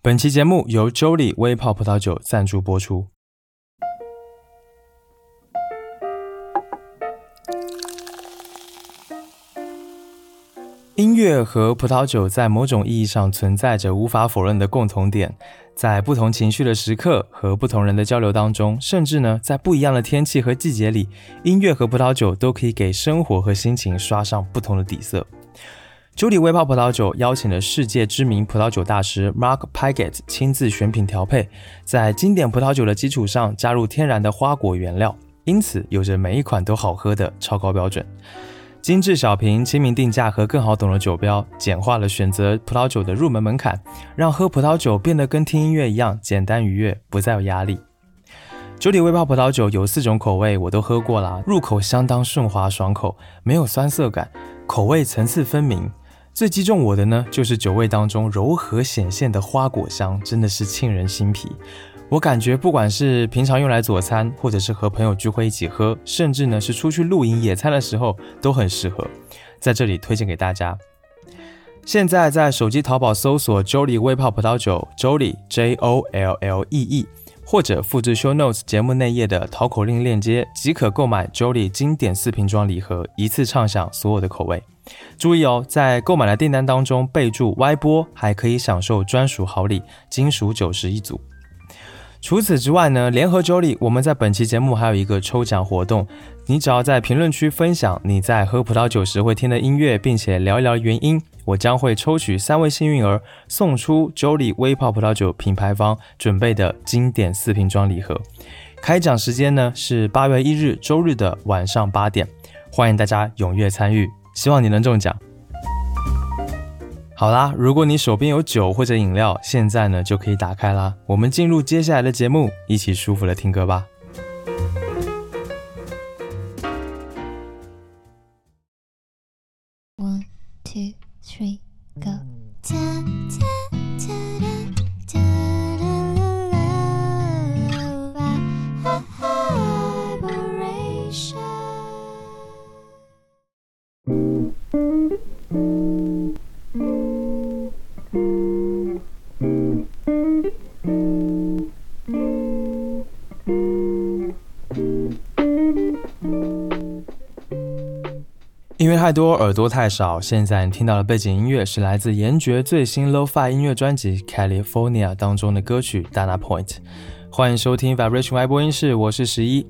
本期节目由 Jolly 微泡葡萄酒赞助播出。音乐和葡萄酒在某种意义上存在着无法否认的共同点，在不同情绪的时刻和不同人的交流当中，甚至呢，在不一样的天气和季节里，音乐和葡萄酒都可以给生活和心情刷上不同的底色。Jolly 微泡葡萄酒邀请了世界知名葡萄酒大师 Mark Pigott 亲自选品调配，在经典葡萄酒的基础上加入天然的花果原料，因此有着每一款都好喝的超高标准。精致小瓶、亲民定价和更好懂的酒标，简化了选择葡萄酒的入门门槛，让喝葡萄酒变得跟听音乐一样简单愉悦，不再有压力。Jolly 微泡葡萄酒有4种口味，我都喝过啦，入口相当顺滑爽口，没有酸涩感，口味层次分明。最击中我的呢，就是酒味当中柔和显现的花果香，真的是沁人心脾。我感觉不管是平常用来佐餐，或者是和朋友聚会一起喝，甚至呢是出去露营野餐的时候都很适合，在这里推荐给大家。现在在手机淘宝搜索 Jolly 微泡葡萄酒 Jolly Jollee， 或者复制 Show Notes 节目内页的淘口令链接，即可购买 Jolly 经典4瓶装礼盒，一次畅享所有的口味。注意哦，在购买的订单当中备注 Y 播，还可以享受专属好礼金属90一组。除此之外呢，联合 Jolly 我们在本期节目还有一个抽奖活动，你只要在评论区分享你在喝葡萄酒时会听的音乐，并且聊一聊原因，我将会抽取3位幸运儿，送出 Jolly 微泡葡萄酒品牌方准备的经典4瓶装礼盒。开奖时间呢是8月1日周日的晚上8点，欢迎大家踊跃参与，希望你能中奖。好啦，如果你手边有酒或者饮料，现在呢就可以打开啦。我们进入接下来的节目，一起舒服的听歌吧。 One, two, three, go. Vibration. 音乐太多，耳朵太少。现在你听到的背景音乐是来自严爵最新 Lo-Fi 音乐专辑 California 当中的歌曲 Dana Point。 欢迎收听 Vibration Y 播音室，我是11。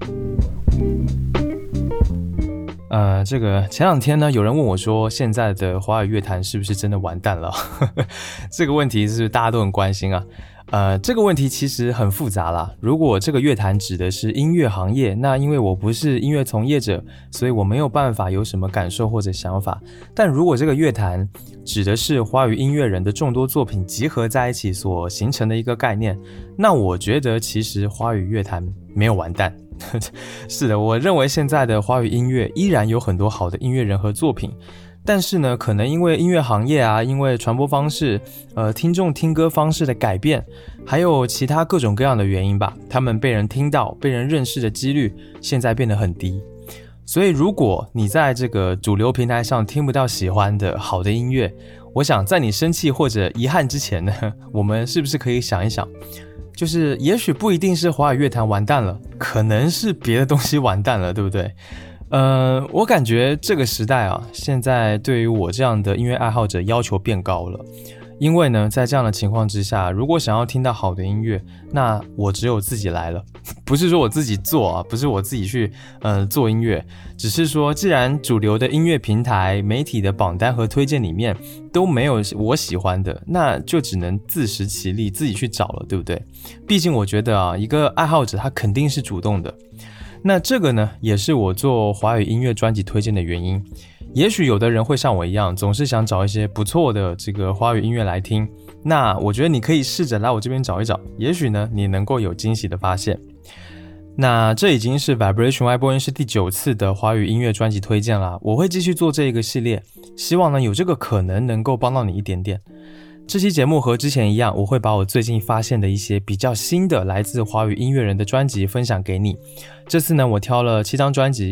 这个前两天呢，有人问我说，现在的华语乐坛是不是真的完蛋了？这个问题是大家都很关心啊。这个问题其实很复杂啦。如果这个乐坛指的是音乐行业，那因为我不是音乐从业者，所以我没有办法有什么感受或者想法。但如果这个乐坛指的是华语音乐人的众多作品集合在一起所形成的一个概念，那我觉得其实华语乐坛没有完蛋。是的，我认为现在的华语音乐依然有很多好的音乐人和作品，但是呢，可能因为音乐行业啊，因为传播方式，听众听歌方式的改变，还有其他各种各样的原因吧，他们被人听到、被人认识的几率现在变得很低。所以如果你在这个主流平台上听不到喜欢的好的音乐，我想在你生气或者遗憾之前呢，我们是不是可以想一想，就是也许不一定是华语乐坛完蛋了，可能是别的东西完蛋了，对不对？我感觉这个时代啊，现在对于我这样的音乐爱好者要求变高了。因为呢，在这样的情况之下，如果想要听到好的音乐，那我只有自己来了。不是说我自己做啊，不是我自己去做音乐，只是说既然主流的音乐平台、媒体的榜单和推荐里面都没有我喜欢的，那就只能自食其力，自己去找了，对不对？毕竟我觉得啊，一个爱好者他肯定是主动的。那这个呢，也是我做华语音乐专辑推荐的原因。也许有的人会像我一样，总是想找一些不错的这个华语音乐来听，那我觉得你可以试着来我这边找一找，也许呢你能够有惊喜的发现。那这已经是 Vibration Y 播音室第9次的华语音乐专辑推荐啦，我会继续做这一个系列，希望呢有这个可能能够帮到你一点点。这期节目和之前一样，我会把我最近发现的一些比较新的来自华语音乐人的专辑分享给你。这次呢，我挑了7张专辑，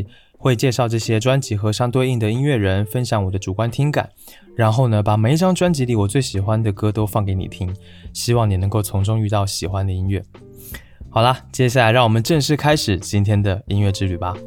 会介绍这些专辑和相对应的音乐人，分享我的主观听感，然后呢，把每一张专辑里我最喜欢的歌都放给你听，希望你能够从中遇到喜欢的音乐。好啦，接下来让我们正式开始今天的音乐之旅吧。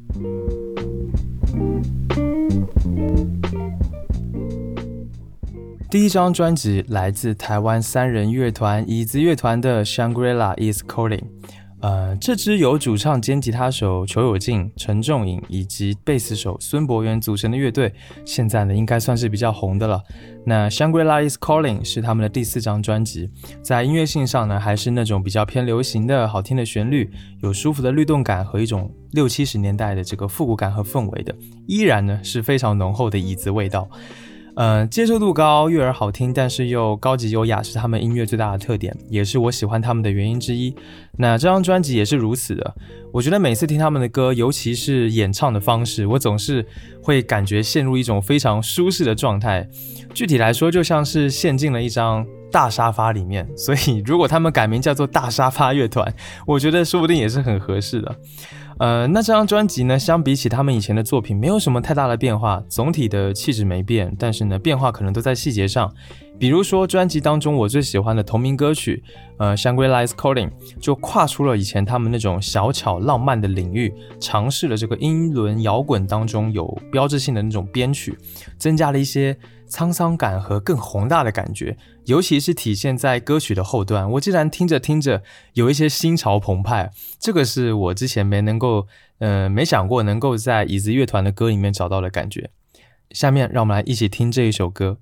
第一张专辑来自台湾3人乐团椅子乐团的 Shangri-La is Calling。这支由主唱兼吉他手裘友静、陈仲颖以及贝斯手孙博元组成的乐队，现在呢应该算是比较红的了。那 Shangri-La is Calling 是他们的第4张专辑，在音乐性上呢还是那种比较偏流行的好听的旋律，有舒服的律动感和一种60-70年代的这个复古感和氛围的，依然呢是非常浓厚的椅子味道。接受度高，悦耳好听，但是又高级优雅，是他们音乐最大的特点，也是我喜欢他们的原因之一。那这张专辑也是如此的，我觉得每次听他们的歌，尤其是演唱的方式，我总是会感觉陷入一种非常舒适的状态。具体来说，就像是陷进了一张大沙发里面，所以如果他们改名叫做大沙发乐团，我觉得说不定也是很合适的。那这张专辑呢，相比起他们以前的作品没有什么太大的变化，总体的气质没变，但是呢变化可能都在细节上。比如说专辑当中我最喜欢的同名歌曲Shangri-La is Calling 就跨出了以前他们那种小巧浪漫的领域，尝试了这个英伦摇滚当中有标志性的那种编曲，增加了一些沧桑感和更宏大的感觉，尤其是体现在歌曲的后段，我竟然听着听着有一些心潮澎湃，这个是我之前没想过能够在椅子乐团的歌里面找到的感觉。下面让我们来一起听这一首歌。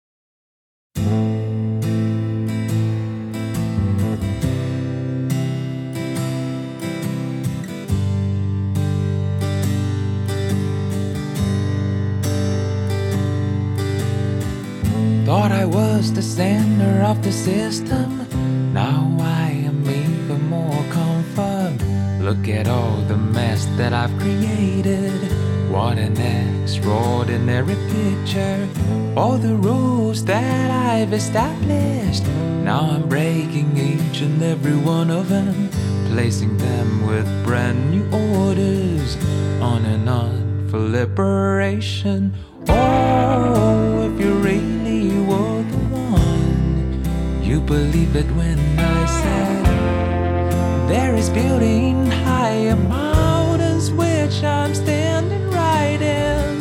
Thought I was the center of the system, now I am even more confirmed. Look at all the mess that I've created, what an extraordinary picture. All the rules that I've established, now I'm breaking each and every one of them, placing them with brand new orders, on and on for liberation. Oh, if you really were the one, you believe it when I said there is beauty in higher mountains which I'm standing right in.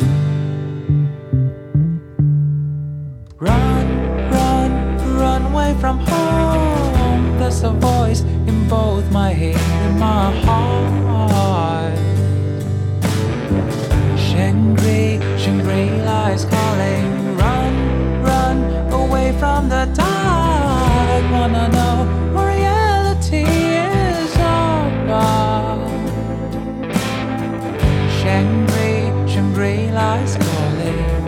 Run, run, run away from home. There's a voice in both my head and my heart. Shangri-La is calling. Run, run away from the dark. Wanna know what reality is all about. Shangri-La is calling.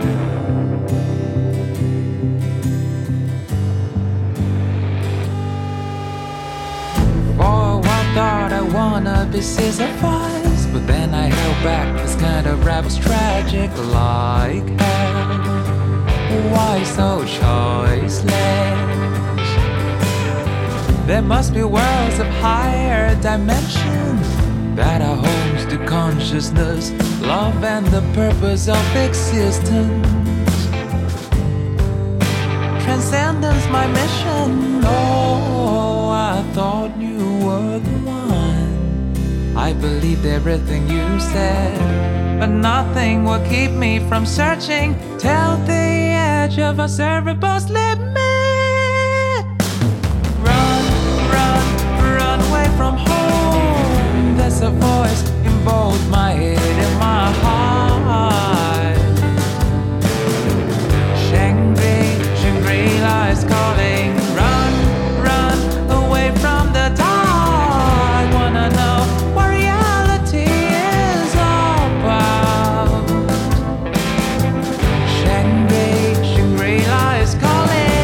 For a while thought I wanna be Sisyphus, but then I held back, this kind of rap was tragic like hell. Why so choiceless? There must be worlds of higher dimensions that are homes to consciousness, love and the purpose of existence. Transcendence my mission. Oh, I thought you were the one. I believed everything you said, but nothing will keep me from searching till the edge of a cerebral's limit. Run, run, run away from home. There's a voice in both my head and my heart. Shangri-La is calling. Run, run away from the dark. Wanna know what reality is all about. Shangri-La is calling.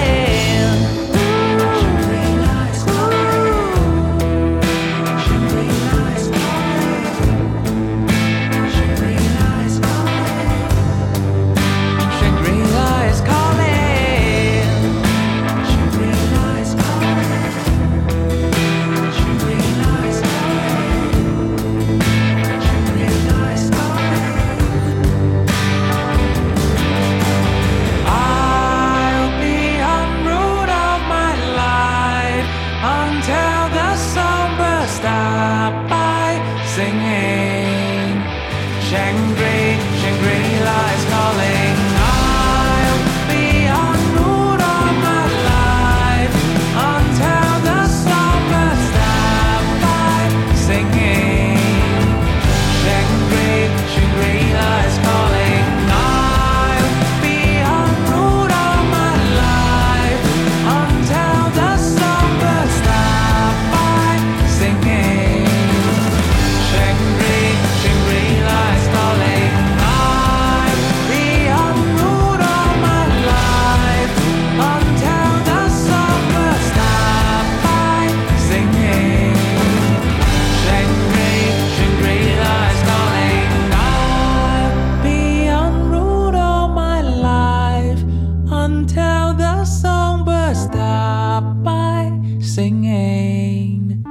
singing.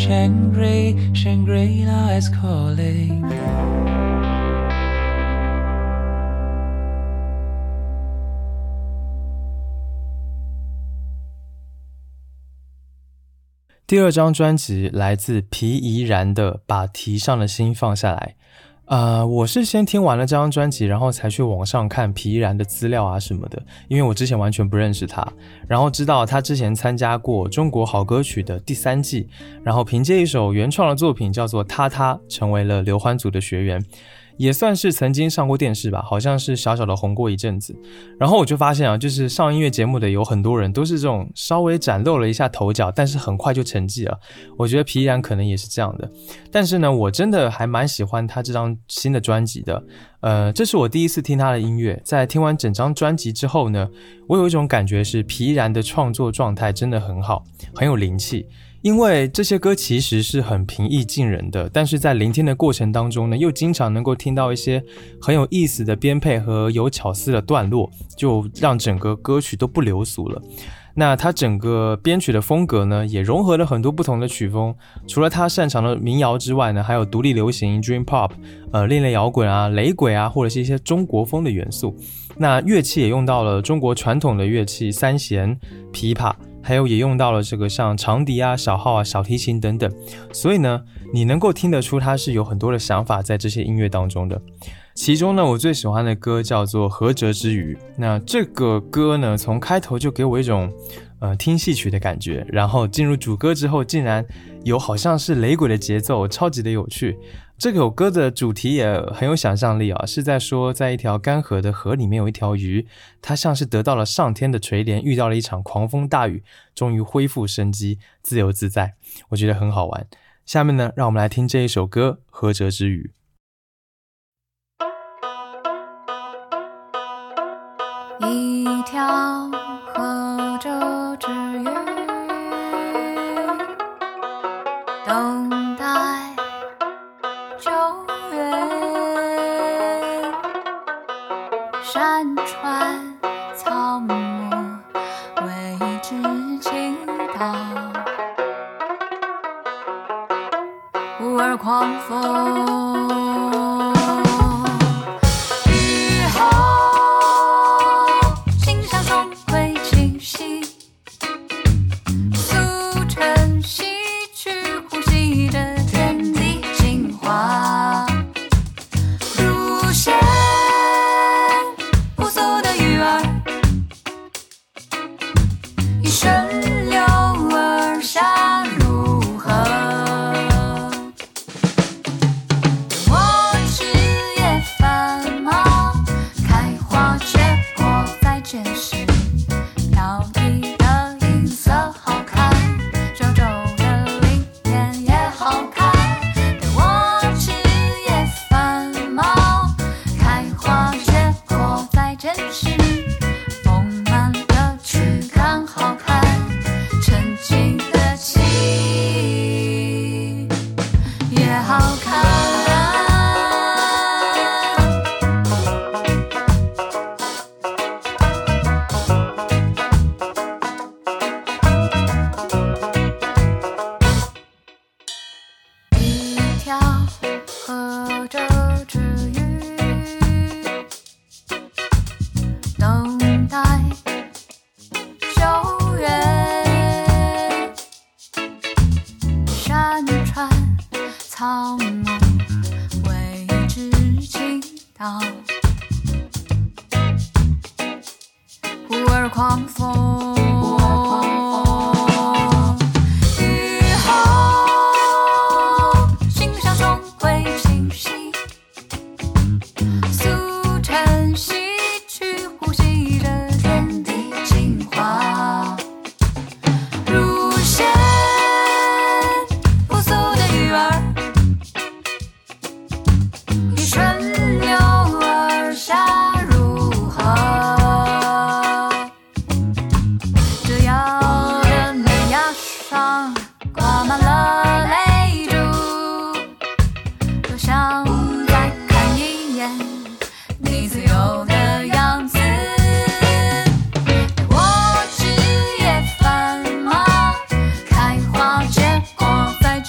Shangri-La is calling. 第二张专辑来自皮宜然的《把提上的心放下来》。我是先听完了这张专辑，然后才去网上看皮宜然的资料啊什么的，因为我之前完全不认识他，然后知道他之前参加过中国好歌曲的第3季，然后凭借一首原创的作品叫做《他》成为了刘欢组的学员，也算是曾经上过电视吧，好像是小小的红过一阵子。然后我就发现啊，就是上音乐节目的有很多人都是这种稍微展露了一下头角，但是很快就沉寂了。我觉得皮宜然可能也是这样的，但是呢，我真的还蛮喜欢他这张新的专辑的。这是我第一次听他的音乐，在听完整张专辑之后呢，我有一种感觉是皮宜然的创作状态真的很好，很有灵气。因为这些歌其实是很平易近人的，但是在聆听的过程当中呢，又经常能够听到一些很有意思的编配和有巧思的段落，就让整个歌曲都不流俗了。那他整个编曲的风格呢，也融合了很多不同的曲风，除了他擅长的民谣之外呢，还有独立流行、Dream Pop、另类摇滚啊、雷鬼啊，或者是一些中国风的元素。那乐器也用到了中国传统的乐器三弦、琵琶，还有也用到了这个像长笛啊、小号啊、小提琴等等，所以呢，你能够听得出他是有很多的想法在这些音乐当中的。其中呢，我最喜欢的歌叫做《何辙之鱼》。那这个歌呢，从开头就给我一种听戏曲的感觉，然后进入主歌之后，竟然有好像是雷鬼的节奏，超级的有趣。这首歌的主题也很有想象力啊，是在说在一条干涸的河里面有一条鱼，它像是得到了上天的垂怜，遇到了一场狂风大雨，终于恢复生机，自由自在。我觉得很好玩。下面呢，让我们来听这一首歌《何辙之鱼》。 一条何辙之鱼，等待救援，山川草木为之倾倒，忽而狂风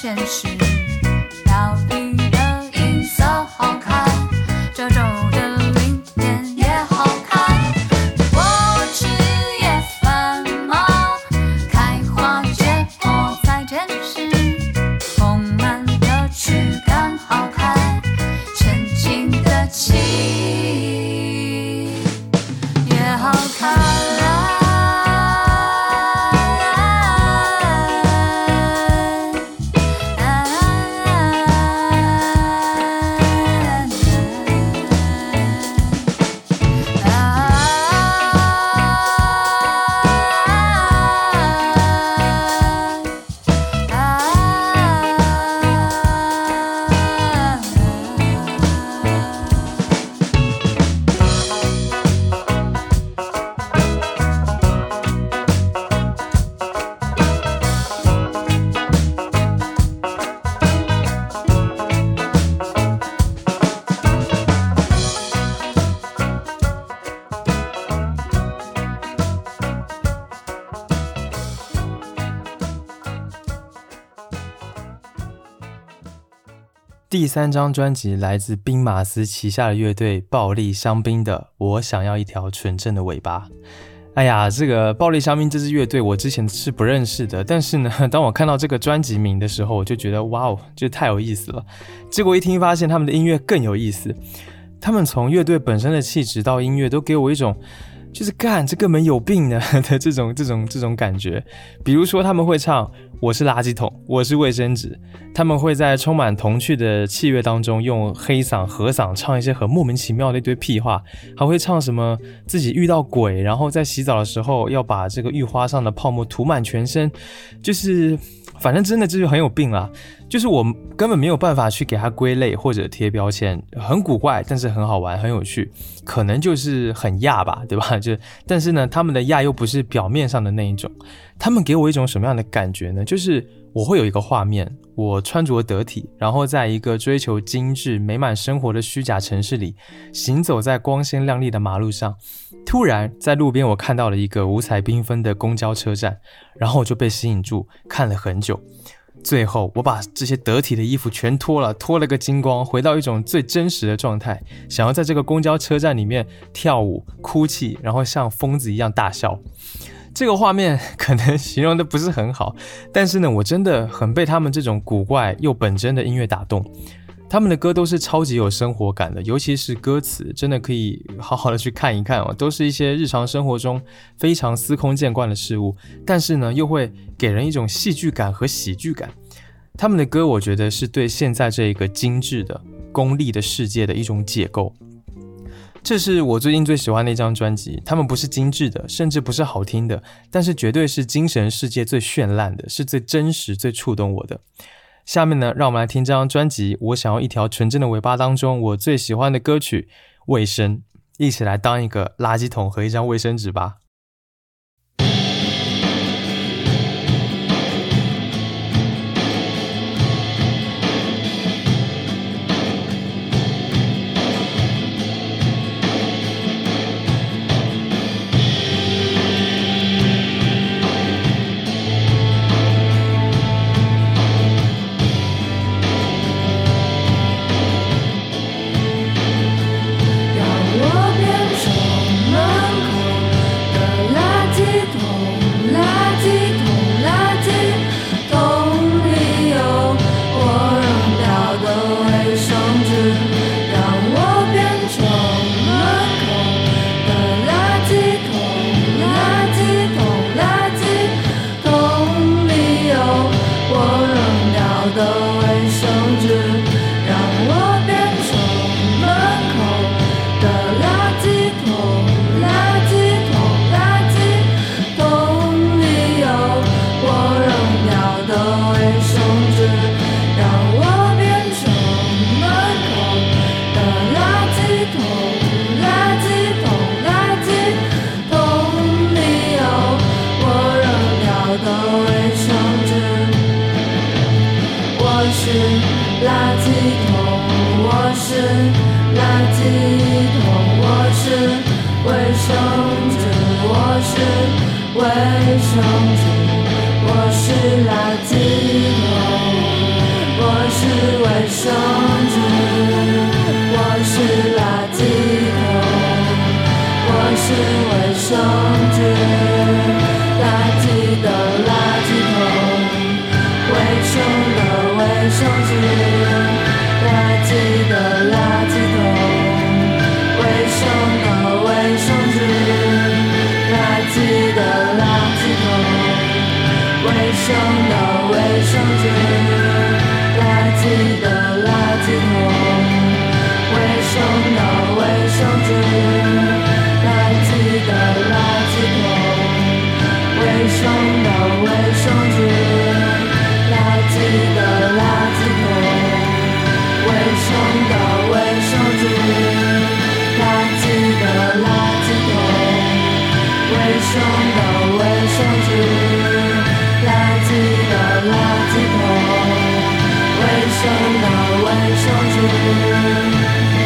现实，调皮的音色好看，褶皱的鳞片也好看。我枝叶繁忙，开花结果在天使，丰满的躯干好看，前进的气也好看。 第3张专辑来自兵马司旗下的乐队暴力香槟的《我想要一条纯正的尾巴》。哎呀，这个暴力香槟这支乐队我之前是不认识的，但是呢，当我看到这个专辑名的时候，我就觉得哇哦，这太有意思了。结果一听发现他们的音乐更有意思，他们从乐队本身的气质到音乐都给我一种就是干这根本有病的这种感觉。比如说他们会唱我是垃圾桶，我是卫生纸，他们会在充满童趣的器乐当中用黑嗓和嗓唱一些很莫名其妙的一堆屁话，还会唱什么自己遇到鬼，然后在洗澡的时候要把这个浴花上的泡沫涂满全身，就是反正真的就是很有病啦。就是我根本没有办法去给它归类或者贴标签，很古怪但是很好玩很有趣，可能就是很亚吧，对吧？但是呢，他们的亚又不是表面上的那一种。他们给我一种什么样的感觉呢？就是我会有一个画面，我穿着得体，然后在一个追求精致美满生活的虚假城市里，行走在光鲜亮丽的马路上，突然在路边我看到了一个五彩缤纷的公交车站，然后我就被吸引住，看了很久。最后我把这些得体的衣服全脱了个精光，回到一种最真实的状态，想要在这个公交车站里面跳舞哭泣，然后像疯子一样大笑。这个画面可能形容的不是很好，但是呢，我真的很被他们这种古怪又本真的音乐打动。他们的歌都是超级有生活感的，尤其是歌词真的可以好好的去看一看哦，都是一些日常生活中非常司空见惯的事物，但是呢又会给人一种戏剧感和喜剧感。他们的歌我觉得是对现在这一个精致的功利的世界的一种解构。这是我最近最喜欢的一张专辑，他们不是精致的，甚至不是好听的，但是绝对是精神世界最绚烂的，是最真实最触动我的。下面呢，让我们来听这张专辑我想要一条纯正的尾巴当中我最喜欢的歌曲卫生，一起来当一个垃圾桶和一张卫生纸吧。 卫生纸，我是垃圾桶。 卫生的卫生纸，垃圾的垃圾桶，卫生的卫生纸，垃圾的垃圾桶，卫生的卫生纸，垃圾的垃圾桶，卫生的卫生纸，垃圾的垃圾桶，卫生的卫生纸，垃圾的垃圾桶，卫生的卫生纸。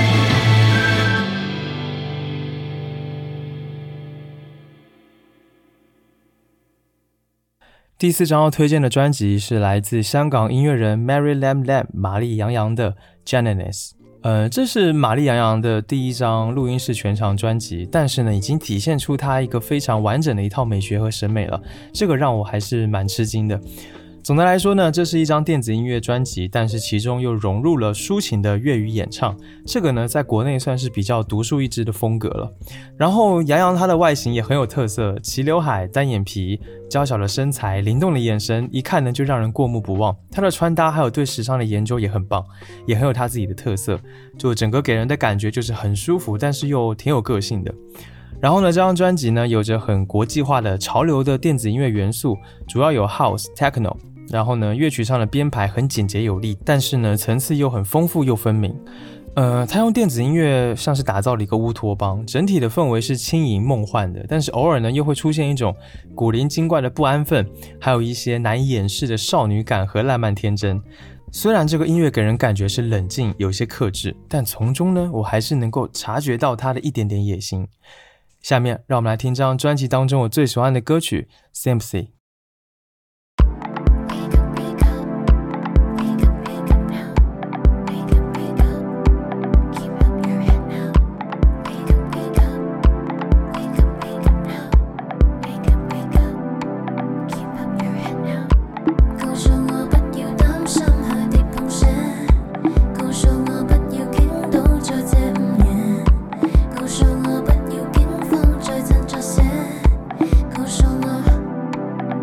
第4张要推荐的专辑是来自香港音乐人 Mary Lam Lam 玛丽杨洋的 Genesis。这是玛丽杨洋的第1张录音室全长专辑，但是呢，已经体现出她一个非常完整的一套美学和审美了，这个让我还是蛮吃惊的。总的来说呢，这是一张电子音乐专辑，但是其中又融入了抒情的粤语演唱，这个呢，在国内算是比较独树一帜的风格了。然后杨洋他的外形也很有特色，齐刘海、单眼皮、娇小的身材、灵动的眼神，一看呢就让人过目不忘。他的穿搭还有对时尚的研究也很棒，也很有他自己的特色，就整个给人的感觉就是很舒服，但是又挺有个性的。然后呢，这张专辑呢有着很国际化的潮流的电子音乐元素，主要有 House、Techno。然后呢，乐曲上的编排很简洁有力，但是呢，层次又很丰富又分明。他用电子音乐像是打造了一个乌托邦，整体的氛围是轻盈梦幻的，但是偶尔呢，又会出现一种古灵精怪的不安分，还有一些难以掩饰的少女感和烂漫天真。虽然这个音乐给人感觉是冷静，有些克制，但从中呢，我还是能够察觉到他的一点点野心。下面让我们来听这张专辑当中我最喜欢的歌曲 Sympathy。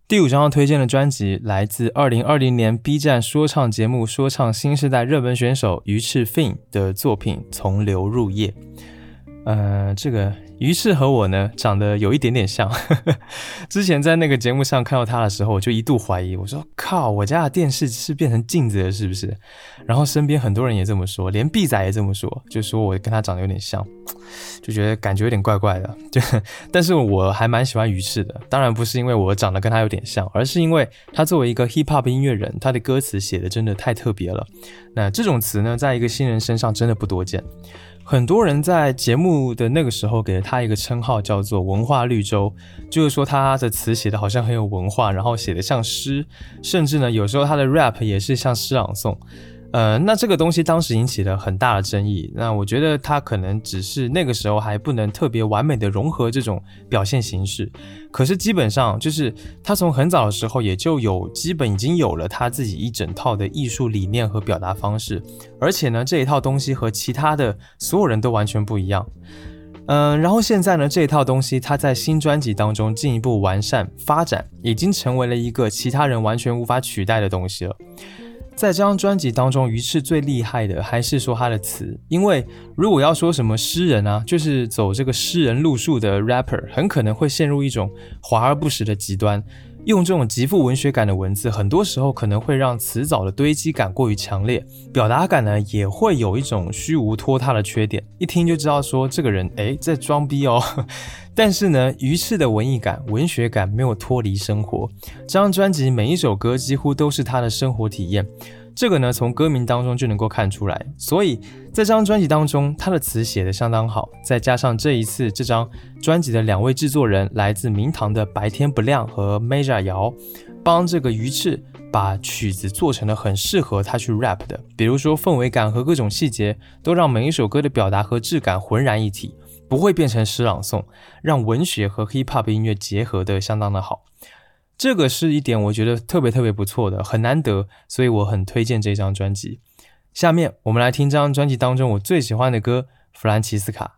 第5张要推荐的专辑来自2020年 B 站说唱节目说唱新世代热门选手鱼翅 Fin 的作品《从流入夜》。这个鱼翅和我呢长得有一点点像之前在那个节目上看到他的时候，我就一度怀疑，我说靠，我家的电视是变成镜子了是不是？然后身边很多人也这么说，连 B 仔也这么说，就说我跟他长得有点像，就觉得感觉有点怪怪的。但是我还蛮喜欢鱼翅的，当然不是因为我长得跟他有点像，而是因为他作为一个 hip hop 音乐人，他的歌词写的真的太特别了。那这种词呢，在一个新人身上真的不多见。很多人在节目的那个时候给了他一个称号叫做文化绿洲，就是说他的词写的好像很有文化，然后写的像诗，甚至呢有时候他的 rap 也是像诗朗诵。那这个东西当时引起了很大的争议，那我觉得他可能只是那个时候还不能特别完美的融合这种表现形式，可是基本上就是他从很早的时候也就基本已经有了他自己一整套的艺术理念和表达方式，而且呢这一套东西和其他的所有人都完全不一样。然后现在呢这一套东西他在新专辑当中进一步完善发展，已经成为了一个其他人完全无法取代的东西了。在这张专辑当中，鱼翅最厉害的还是说他的词，因为如果要说什么诗人啊，就是走这个诗人路数的 rapper， 很可能会陷入一种华而不实的极端，用这种极富文学感的文字，很多时候可能会让词藻的堆积感过于强烈，表达感呢也会有一种虚无拖沓的缺点，一听就知道说这个人在装逼哦。但是呢，鱼翅的文艺感、文学感没有脱离生活，这张专辑每一首歌几乎都是他的生活体验，这个呢从歌名当中就能够看出来，所以在这张专辑当中，他的词写得相当好，再加上这一次这张专辑的2位制作人来自明堂的白天不亮和 Major 姚，帮这个鱼翅把曲子做成了很适合他去 rap 的，比如说氛围感和各种细节都让每一首歌的表达和质感浑然一体，不会变成诗朗诵，让文学和 hip hop 音乐结合得相当的好。这个是一点我觉得特别不错的，很难得，所以我很推荐这张专辑。下面我们来听这张专辑当中我最喜欢的歌《弗兰奇斯卡》。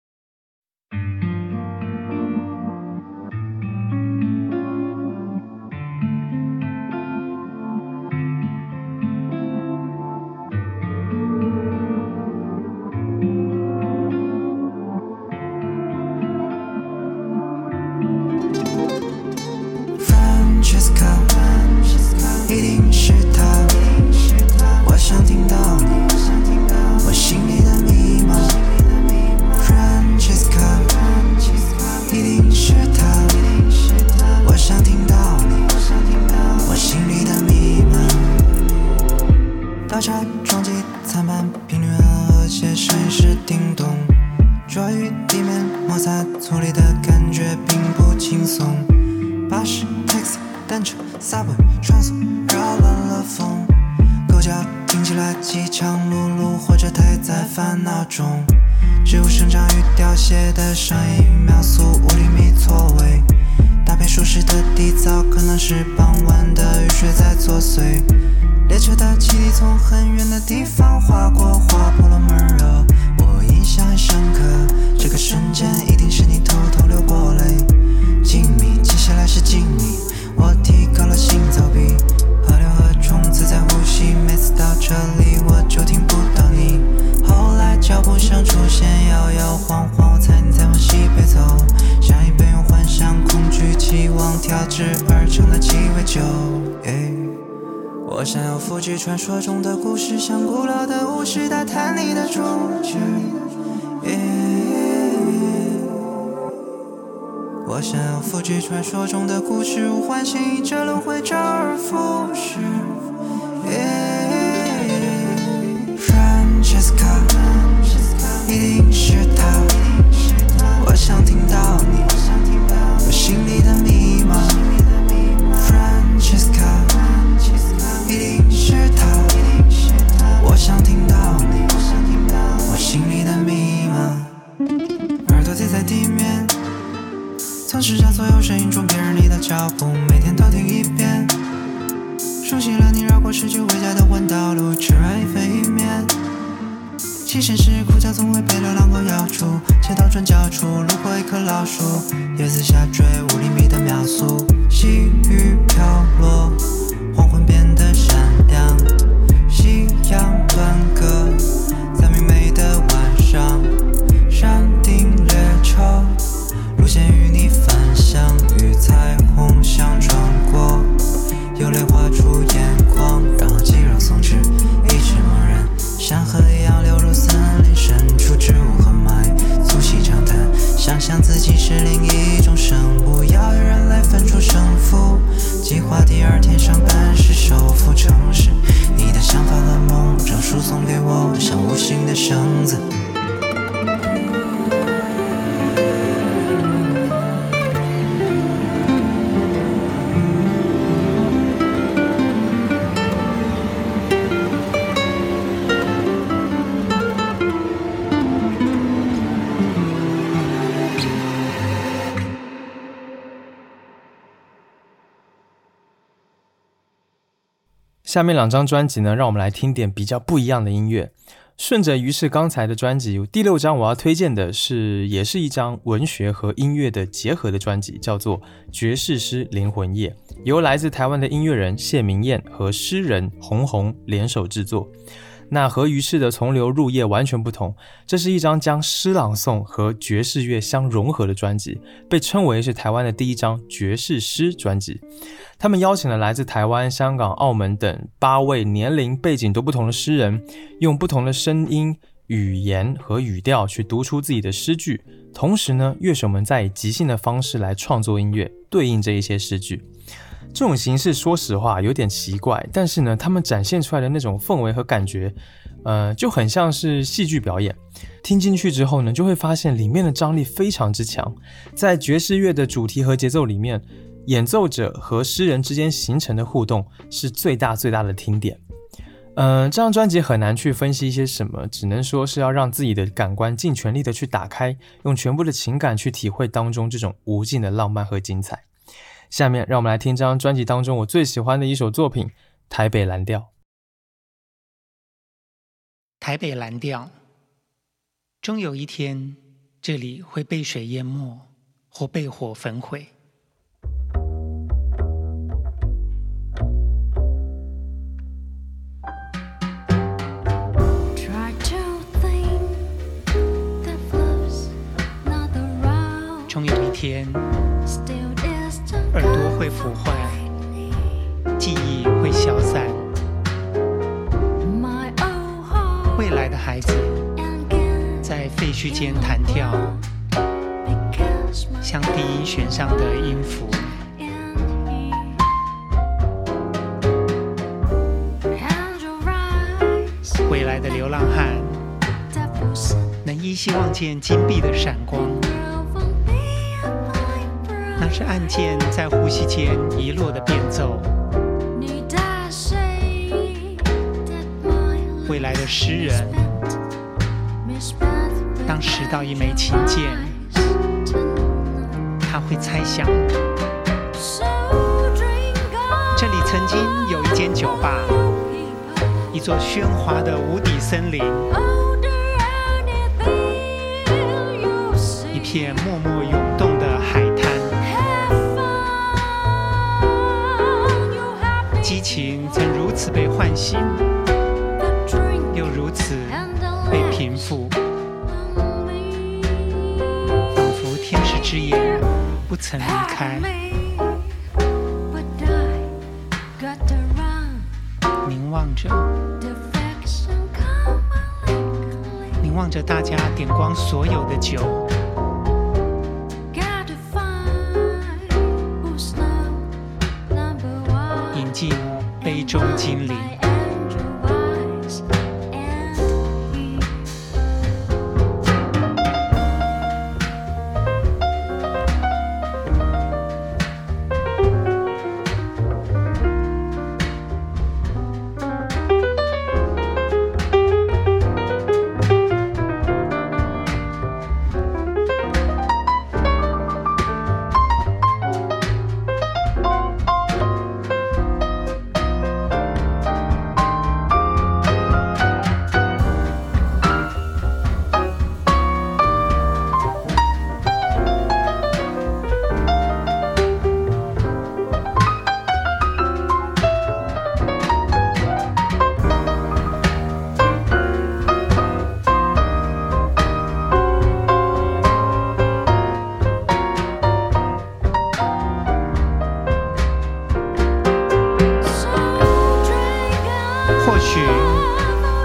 一定是他，我想听到我心里的密码。Francesca， 一定是他，我想听到我心里的密码。倒茶撞击餐盘，频率很和谐，声音是叮咚，桌与地面摩擦，粗粝的感觉并不轻松。巴士、taxi、单车、subway、穿梭，扰乱了风。狗叫听起来饥肠辘辘，或者太在烦恼中。植物生长与凋谢的声音，秒速5厘米错位。搭配舒适的地槽，可能是傍晚的雨水在作祟。列车的汽笛从很远的地方划过，划破了闷热。我印象很深刻，这个瞬间一定是你偷偷流过泪。静谧，接下来是静谧，我提高了心脏比，河流和虫子在呼吸，每次到这里我就听不到你。后来脚步声出现，摇摇晃晃，我猜你在往西北走，像一杯用幻想、恐惧、期望调制而成的鸡尾酒。我想要复制传说中的故事，像古老的巫师打探你的主角。我想要复制传说中的故事，无唤醒这轮回，周而复始。Francesca， 一定是他，我想听到你，我心里的密码。Francesca， 一定是他，我想听到你，我心里的密码。耳朵贴在地面，从视角所有声音中辨认你的脚步，每天都听一遍，熟悉了你绕过市区回家的弯道路，吃软一份意面。起身时裤脚总会被流浪狗咬住，街道转角处路过一颗老鼠，叶子下坠5厘米的秒速，细雨想象自己是另一种生物，要有人来分出胜负。计划第二天上班时收复城市，你的想法和梦正输送给我，像无形的绳子。 下面2张专辑呢，让我们来听点比较不一样的音乐。顺着于是刚才的专辑，第6张我要推荐的也是一张文学和音乐的结合的专辑，叫做《爵士诗灵魂夜》，由来自台湾的音乐人谢明燕和诗人洪宏联手制作。那和于是的从流入夜完全不同，这是一张将诗朗诵和爵士乐相融合的专辑，被称为是台湾的第1张爵士诗专辑。他们邀请了来自台湾、香港、澳门等8位年龄背景都不同的诗人，用不同的声音、语言和语调去读出自己的诗句，同时呢，乐手们再以即兴的方式来创作音乐，对应这一些诗句。这种形式说实话有点奇怪，但是呢，他们展现出来的那种氛围和感觉，就很像是戏剧表演。听进去之后呢，就会发现里面的张力非常之强。在爵士乐的主题和节奏里面，演奏者和诗人之间形成的互动是最大的听点。这张专辑很难去分析一些什么，只能说是要让自己的感官尽全力的去打开，用全部的情感去体会当中这种无尽的浪漫和精彩。下面让我们来听这张专辑当中我最喜欢的一首作品《台北蓝调》。 台北蓝调，终有一天，这里会被水淹没，或被火焚毁。终有一天，耳朵会腐坏，记忆会消散。未来的孩子在废墟间弹跳，像第一弦上的音符。未来的流浪汉能依稀望见金币的闪光，那是按键在呼吸间遗落的变奏。未来的诗人，当拾到一枚琴键，他会猜想，这里曾经有一间酒吧，一座喧哗的无底森林，一片默默涌动的海滩。激情曾如此被唤醒，又如此被平复，仿佛天使之眼不曾离开。凝望着大家点光所有的酒，饮进杯中精灵。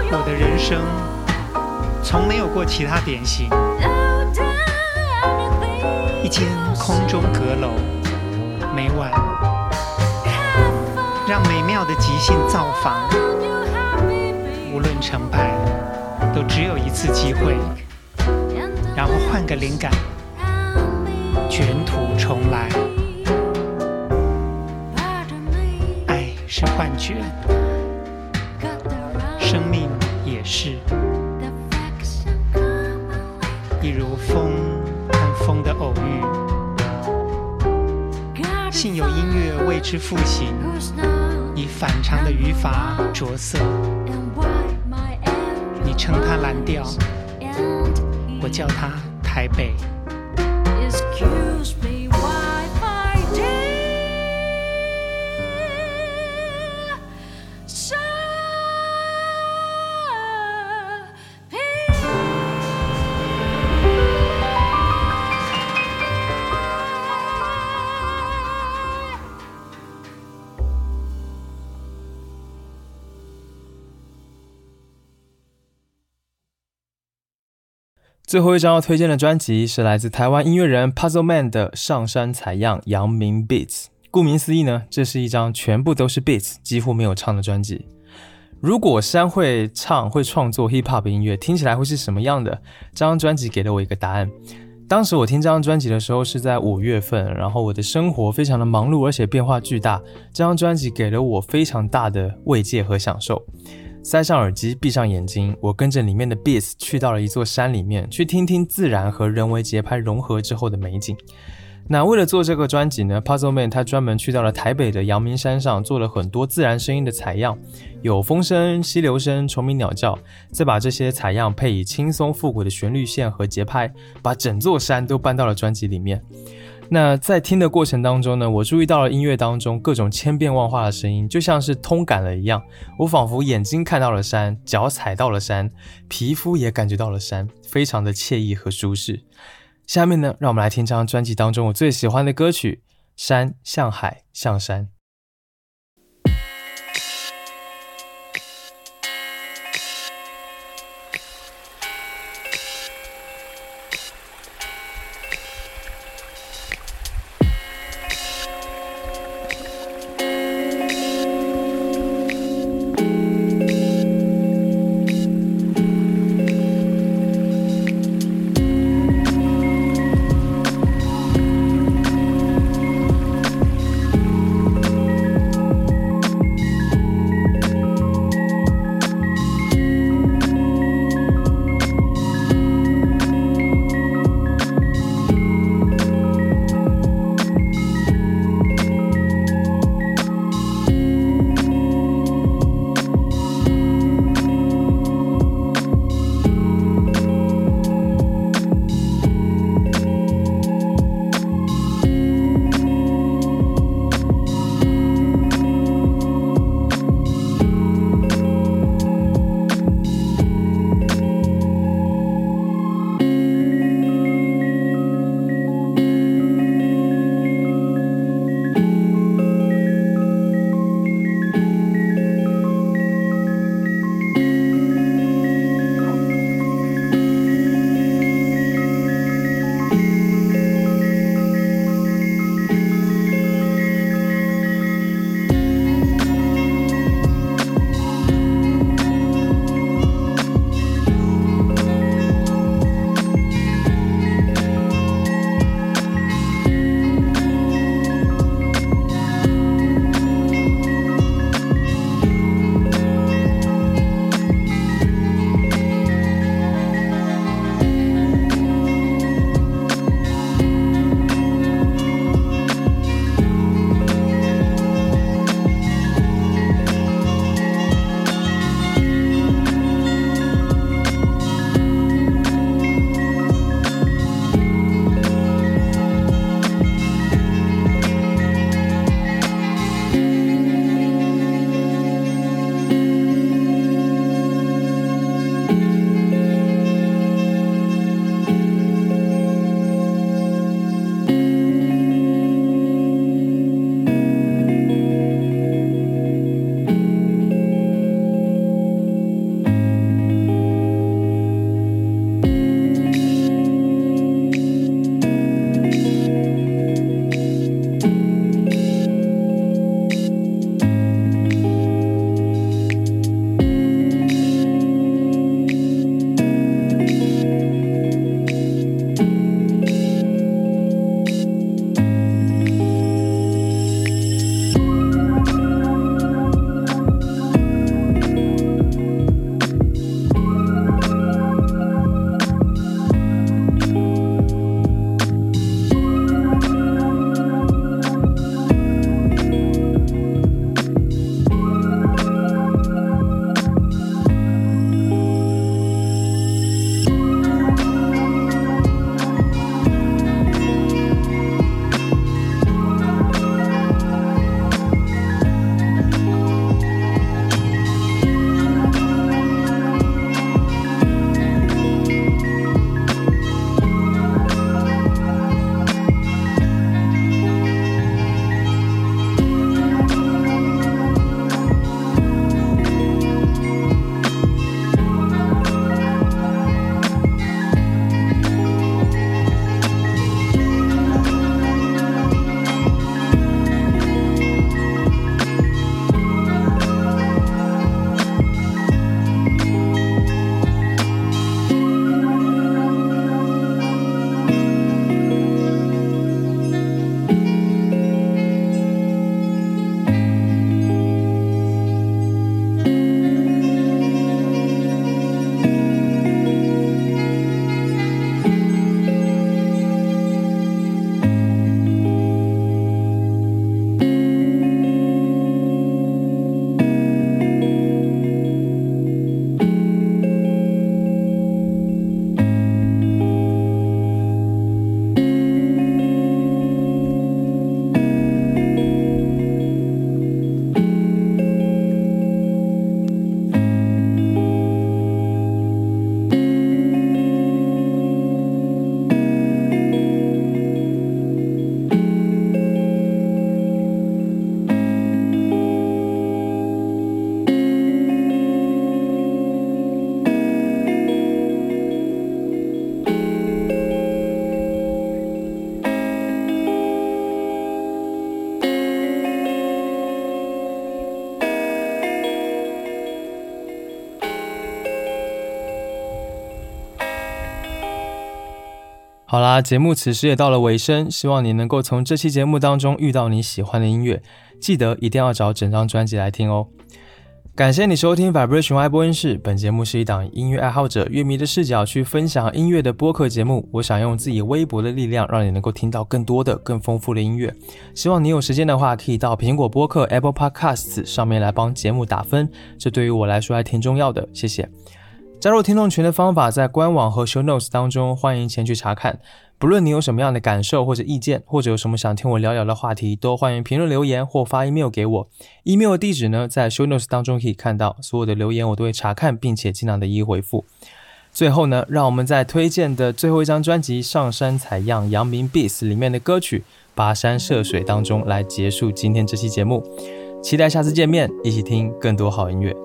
从没有过其他典型， 间空中阁楼，每晚让美妙的即兴造访，无论成败，都只有一次机会，然后换个灵感，卷土重来。爱是幻觉，生命也是，一如风和风的偶遇。幸有音乐为之复形，以反常的语法着色。你称它蓝调，我叫它台北。 最后一张要推荐的专辑是来自台湾音乐人 Puzzleman 的《上山采样阳明 Beats》。顾名思义呢，这是一张全部都是 beats 几乎没有唱的专辑。如果山会唱会创作 hip hop 音乐，听起来会是什么样的？这张专辑给了我一个答案。当时我听这张专辑的时候是在5月份，然后我的生活非常的忙碌，而且变化巨大。这张专辑给了我非常大的慰藉和享受。塞上耳机，闭上眼睛，我跟着里面的 beats 去到了一座山里面，去听听自然和人为节拍融合之后的美景。那为了做这个专辑呢， Puzzleman 他专门去到了台北的阳明山上，做了很多自然声音的采样，有风声、溪流声、虫鸣鸟叫，再把这些采样配以轻松复古的旋律线和节拍，把整座山都搬到了专辑里面。那在听的过程当中呢，我注意到了音乐当中各种千变万化的声音，就像是通感了一样，我仿佛眼睛看到了山，脚踩到了山，皮肤也感觉到了山，非常的惬意和舒适。下面呢，让我们来听这张专辑当中我最喜欢的歌曲《山像海像山》。 好啦，节目此时也到了尾声，希望你能够从这期节目当中遇到你喜欢的音乐，记得一定要找整张专辑来听哦。感谢你收听 Vibration Y 播音室，本节目是一档音乐爱好者、乐迷的视角去分享音乐的播客节目。我想用自己微薄的力量，让你能够听到更多的、更丰富的音乐。希望你有时间的话，可以到苹果播客 Apple Podcasts 上面来帮节目打分，这对于我来说还挺重要的，谢谢。加入听众群的方法在官网和 show notes 当中，欢迎前去查看。不论你有什么样的感受或者意见，或者有什么想听我聊聊的话题，都欢迎评论留言或发 email 给我。email 的地址呢，在 show notes 当中可以看到，所有的留言我都会查看，并且尽量的一一回复。最后呢，让我们在推荐的最后一张专辑《上山采样阳明 Beats》里面的歌曲《跋山涉水》当中来结束今天这期节目。期待下次见面，一起听更多好音乐。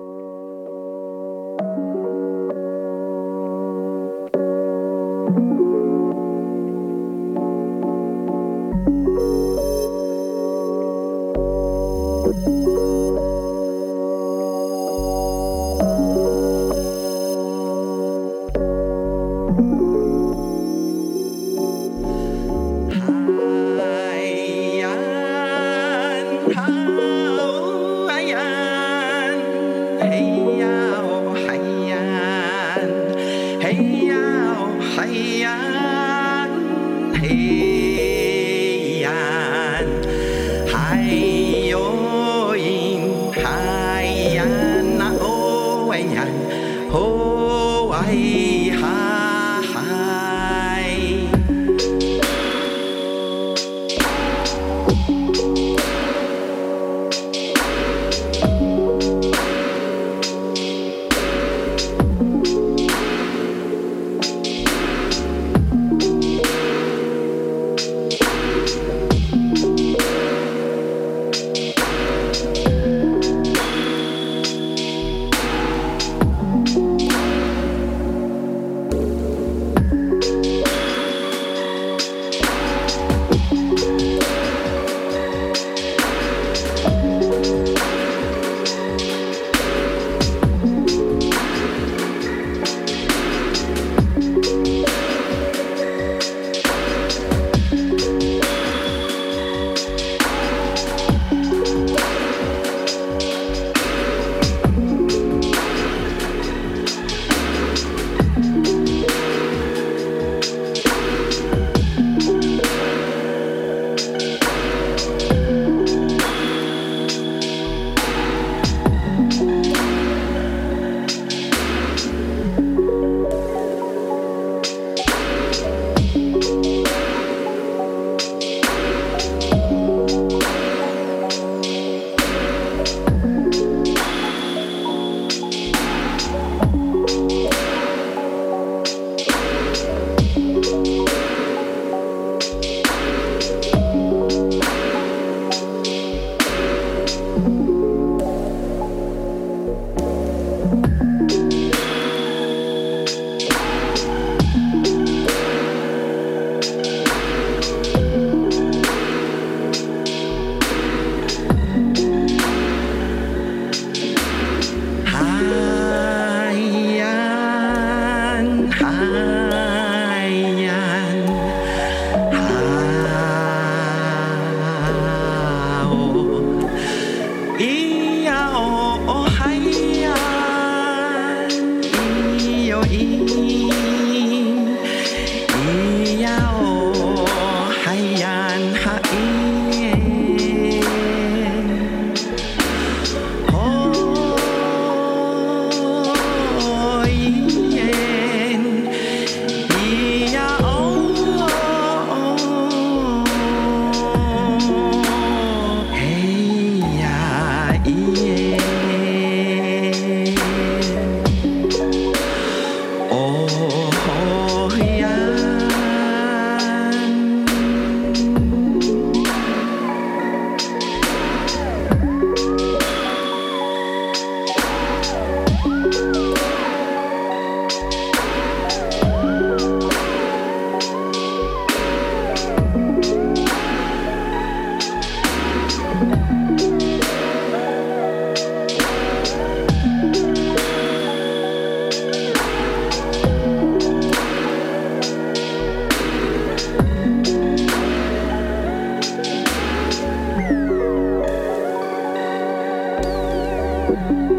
Thank